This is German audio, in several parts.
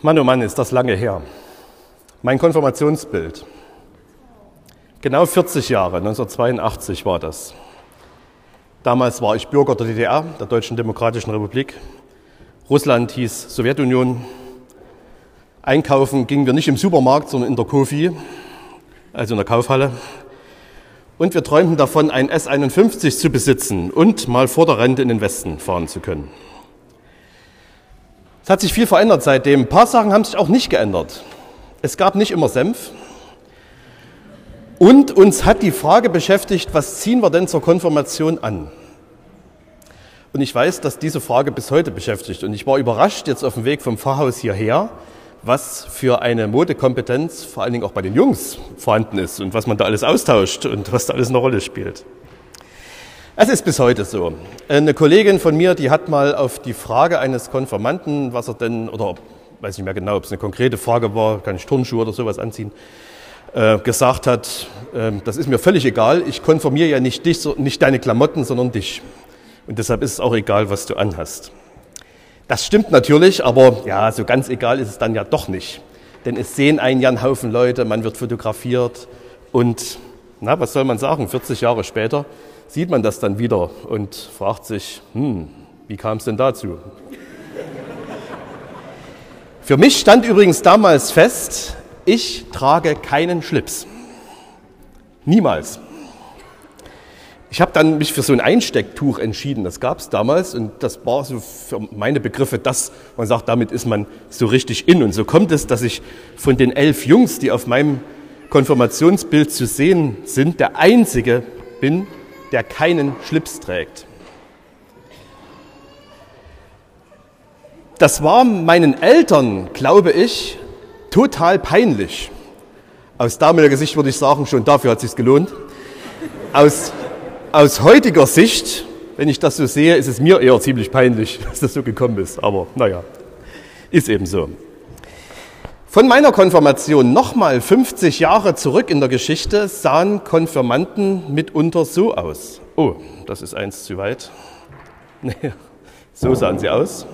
Mann, oh Mann, ist das lange her. Mein Konfirmationsbild. Genau 40 Jahre, 1982 war das. Damals war ich Bürger der DDR, der Deutschen Demokratischen Republik. Russland hieß Sowjetunion. Einkaufen gingen wir nicht im Supermarkt, sondern in der Kofi, also in der Kaufhalle. Und wir träumten davon, ein S51 zu besitzen und mal vor der Rente in den Westen fahren zu können. Es hat sich viel verändert seitdem. Ein paar Sachen haben sich auch nicht geändert. Es gab nicht immer Senf. Und uns hat die Frage beschäftigt, was ziehen wir denn zur Konfirmation an? Und ich weiß, dass diese Frage bis heute beschäftigt. Und ich war überrascht jetzt auf dem Weg vom Pfarrhaus hierher, was für eine Modekompetenz vor allen Dingen auch bei den Jungs vorhanden ist und was man da alles austauscht und was da alles eine Rolle spielt. Es ist bis heute so. Eine Kollegin von mir, die hat mal auf die Frage eines Konfirmanden, was er denn, oder weiß nicht mehr genau, ob es eine konkrete Frage war, kann ich Turnschuhe oder sowas anziehen, gesagt hat, das ist mir völlig egal, ich konfirmiere ja nicht dich, nicht deine Klamotten, sondern dich. Und deshalb ist es auch egal, was du anhast. Das stimmt natürlich, aber ja, so ganz egal ist es dann ja doch nicht. Denn es sehen einen ja einen Haufen Leute, man wird fotografiert und, na, was soll man sagen, 40 Jahre später sieht man das dann wieder und fragt sich, wie kam es denn dazu? Für mich stand übrigens damals fest, ich trage keinen Schlips. Niemals. Ich habe dann mich für so ein Einstecktuch entschieden, das gab es damals und das war so für meine Begriffe das, man sagt, damit ist man so richtig in. Und so kommt es, dass ich von den 11 Jungs, die auf meinem Konfirmationsbild zu sehen sind, der Einzige bin, der keinen Schlips trägt. Das war meinen Eltern, glaube ich, total peinlich. Aus damaliger Sicht würde ich sagen, schon dafür hat es sich gelohnt. Aus heutiger Sicht, wenn ich das so sehe, ist es mir eher ziemlich peinlich, dass das so gekommen ist. Aber naja, ist eben so. Von meiner Konfirmation nochmal 50 Jahre zurück in der Geschichte sahen Konfirmanden mitunter so aus. Oh, das ist eins zu weit. Nee, so sahen sie aus.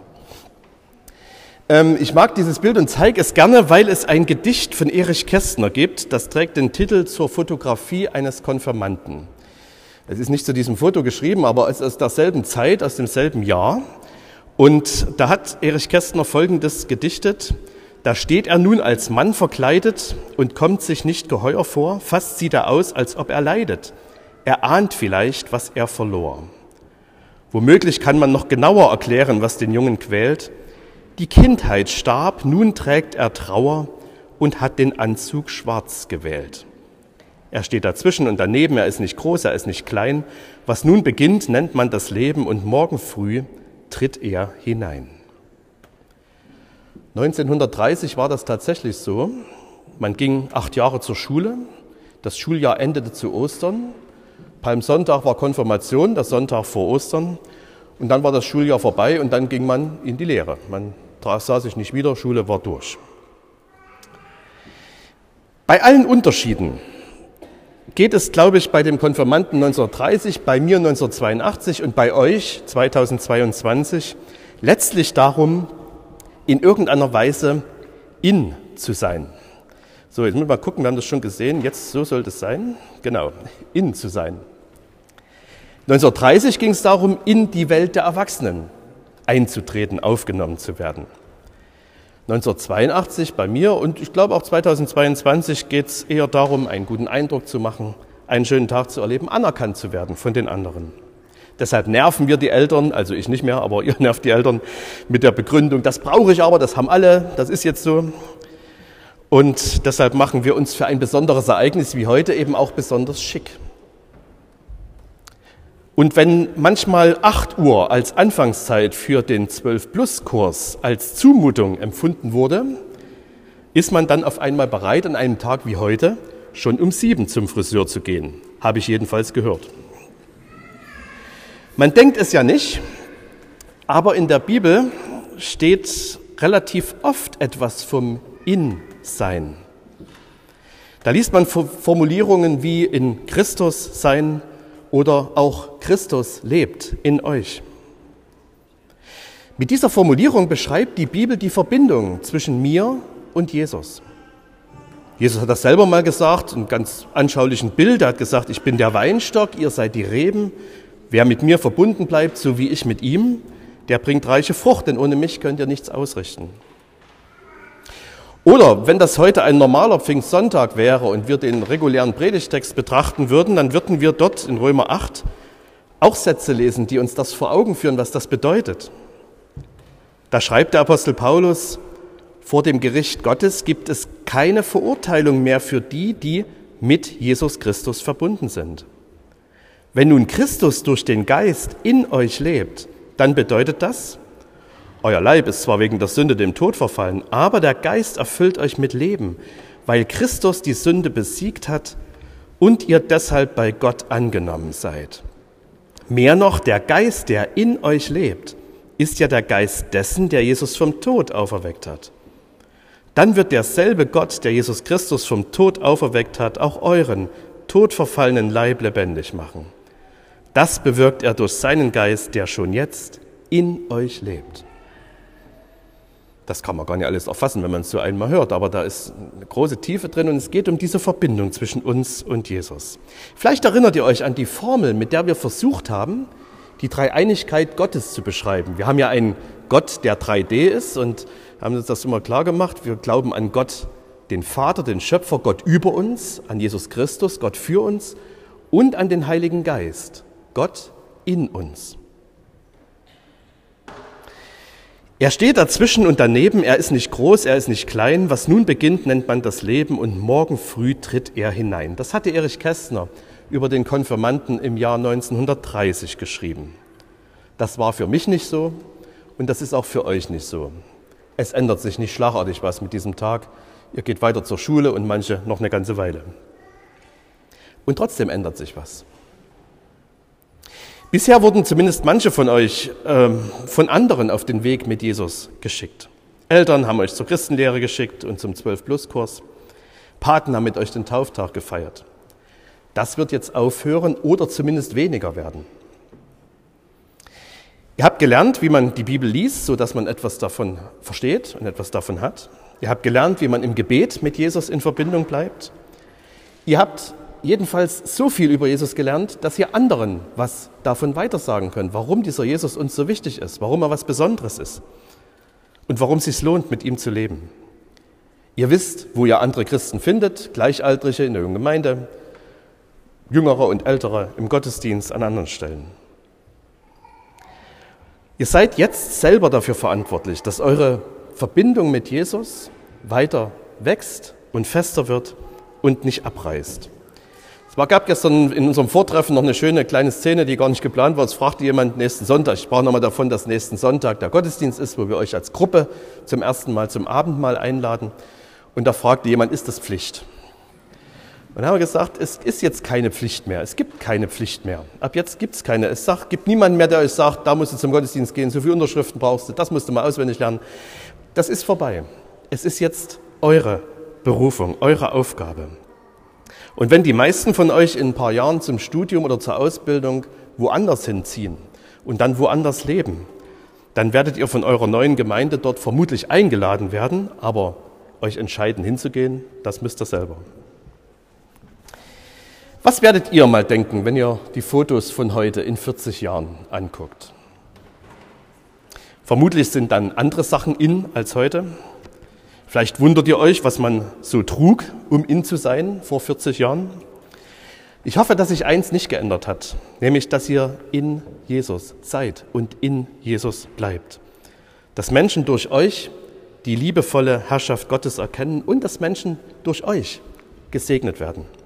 Ich mag dieses Bild und zeige es gerne, weil es ein Gedicht von Erich Kästner gibt. Das trägt den Titel Zur Fotografie eines Konfirmanden. Es ist nicht zu diesem Foto geschrieben, aber es ist aus derselben Zeit, aus demselben Jahr. Und da hat Erich Kästner Folgendes gedichtet. Da steht er nun als Mann verkleidet und kommt sich nicht geheuer vor. Fast sieht er aus, als ob er leidet. Er ahnt vielleicht, was er verlor. Womöglich kann man noch genauer erklären, was den Jungen quält. Die Kindheit starb, nun trägt er Trauer und hat den Anzug schwarz gewählt. Er steht dazwischen und daneben, er ist nicht groß, er ist nicht klein. Was nun beginnt, nennt man das Leben und morgen früh tritt er hinein. 1930 war das tatsächlich so. Man ging 8 Jahre zur Schule, das Schuljahr endete zu Ostern. Palmsonntag war Konfirmation, der Sonntag vor Ostern. Und dann war das Schuljahr vorbei und dann ging man in die Lehre. Man sah sich nicht wieder, Schule war durch. Bei allen Unterschieden geht es, glaube ich, bei dem Konfirmanden 1930, bei mir 1982 und bei euch 2022 letztlich darum, in irgendeiner Weise in zu sein. So, jetzt müssen wir mal gucken, wir haben das schon gesehen, jetzt so soll das sein. Genau, in zu sein. 1930 ging es darum, in die Welt der Erwachsenen einzutreten, aufgenommen zu werden. 1982 bei mir und ich glaube auch 2022 geht es eher darum, einen guten Eindruck zu machen, einen schönen Tag zu erleben, anerkannt zu werden von den anderen. Deshalb nerven wir die Eltern, also ich nicht mehr, aber ihr nervt die Eltern mit der Begründung, das brauche ich aber, das haben alle, das ist jetzt so. Und deshalb machen wir uns für ein besonderes Ereignis wie heute eben auch besonders schick. Und wenn manchmal 8 Uhr als Anfangszeit für den 12-Plus-Kurs als Zumutung empfunden wurde, ist man dann auf einmal bereit, an einem Tag wie heute schon um 7 zum Friseur zu gehen. Habe ich jedenfalls gehört. Man denkt es ja nicht, aber in der Bibel steht relativ oft etwas vom In-Sein. Da liest man Formulierungen wie in Christus sein oder auch Christus lebt in euch. Mit dieser Formulierung beschreibt die Bibel die Verbindung zwischen mir und Jesus. Jesus hat das selber mal gesagt, in ganz anschaulichen Bild. Er hat gesagt, ich bin der Weinstock, ihr seid die Reben. Wer mit mir verbunden bleibt, so wie ich mit ihm, der bringt reiche Frucht, denn ohne mich könnt ihr nichts ausrichten. Oder wenn das heute ein normaler Pfingstsonntag wäre und wir den regulären Predigtext betrachten würden, dann würden wir dort in Römer 8 auch Sätze lesen, die uns das vor Augen führen, was das bedeutet. Da schreibt der Apostel Paulus, vor dem Gericht Gottes gibt es keine Verurteilung mehr für die, die mit Jesus Christus verbunden sind. Wenn nun Christus durch den Geist in euch lebt, dann bedeutet das, euer Leib ist zwar wegen der Sünde dem Tod verfallen, aber der Geist erfüllt euch mit Leben, weil Christus die Sünde besiegt hat und ihr deshalb bei Gott angenommen seid. Mehr noch, der Geist, der in euch lebt, ist ja der Geist dessen, der Jesus vom Tod auferweckt hat. Dann wird derselbe Gott, der Jesus Christus vom Tod auferweckt hat, auch euren todverfallenen Leib lebendig machen. Das bewirkt er durch seinen Geist, der schon jetzt in euch lebt. Das kann man gar nicht alles erfassen, wenn man es so einmal hört, aber da ist eine große Tiefe drin und es geht um diese Verbindung zwischen uns und Jesus. Vielleicht erinnert ihr euch an die Formel, mit der wir versucht haben, die Dreieinigkeit Gottes zu beschreiben. Wir haben ja einen Gott, der 3D ist und haben uns das immer klar gemacht. Wir glauben an Gott, den Vater, den Schöpfer, Gott über uns, an Jesus Christus, Gott für uns und an den Heiligen Geist, Gott in uns. Er steht dazwischen und daneben, er ist nicht groß, er ist nicht klein. Was nun beginnt, nennt man das Leben und morgen früh tritt er hinein. Das hatte Erich Kästner über den Konfirmanden im Jahr 1930 geschrieben. Das war für mich nicht so und das ist auch für euch nicht so. Es ändert sich nicht schlagartig was mit diesem Tag. Ihr geht weiter zur Schule und manche noch eine ganze Weile. Und trotzdem ändert sich was. Bisher wurden zumindest manche von euch von anderen auf den Weg mit Jesus geschickt. Eltern haben euch zur Christenlehre geschickt und zum 12-Plus-Kurs. Paten haben mit euch den Tauftag gefeiert. Das wird jetzt aufhören oder zumindest weniger werden. Ihr habt gelernt, wie man die Bibel liest, sodass man etwas davon versteht und etwas davon hat. Ihr habt gelernt, wie man im Gebet mit Jesus in Verbindung bleibt. Ihr habt jedenfalls so viel über Jesus gelernt, dass ihr anderen was davon weitersagen könnt, warum dieser Jesus uns so wichtig ist, warum er was Besonderes ist und warum es sich lohnt, mit ihm zu leben. Ihr wisst, wo ihr andere Christen findet, Gleichaltrige in der jungen Gemeinde, Jüngere und Ältere im Gottesdienst an anderen Stellen. Ihr seid jetzt selber dafür verantwortlich, dass eure Verbindung mit Jesus weiter wächst und fester wird und nicht abreißt. Es gab gestern in unserem Vortreffen noch eine schöne kleine Szene, die gar nicht geplant war. Es fragte jemand nächsten Sonntag, ich sprach nochmal davon, dass nächsten Sonntag der Gottesdienst ist, wo wir euch als Gruppe zum ersten Mal zum Abendmahl einladen. Und da fragte jemand, ist das Pflicht? Und dann haben wir gesagt, es ist jetzt keine Pflicht mehr. Es gibt keine Pflicht mehr. Ab jetzt gibt es keine. Es gibt niemanden mehr, der euch sagt, da musst du zum Gottesdienst gehen, so viele Unterschriften brauchst du, das musst du mal auswendig lernen. Das ist vorbei. Es ist jetzt eure Berufung, eure Aufgabe. Und wenn die meisten von euch in ein paar Jahren zum Studium oder zur Ausbildung woanders hinziehen und dann woanders leben, dann werdet ihr von eurer neuen Gemeinde dort vermutlich eingeladen werden, aber euch entscheiden hinzugehen, das müsst ihr selber. Was werdet ihr mal denken, wenn ihr die Fotos von heute in 40 Jahren anguckt? Vermutlich sind dann andere Sachen in als heute. Vielleicht wundert ihr euch, was man so trug, um in zu sein vor 40 Jahren. Ich hoffe, dass sich eins nicht geändert hat, nämlich, dass ihr in Jesus seid und in Jesus bleibt. Dass Menschen durch euch die liebevolle Herrschaft Gottes erkennen und dass Menschen durch euch gesegnet werden.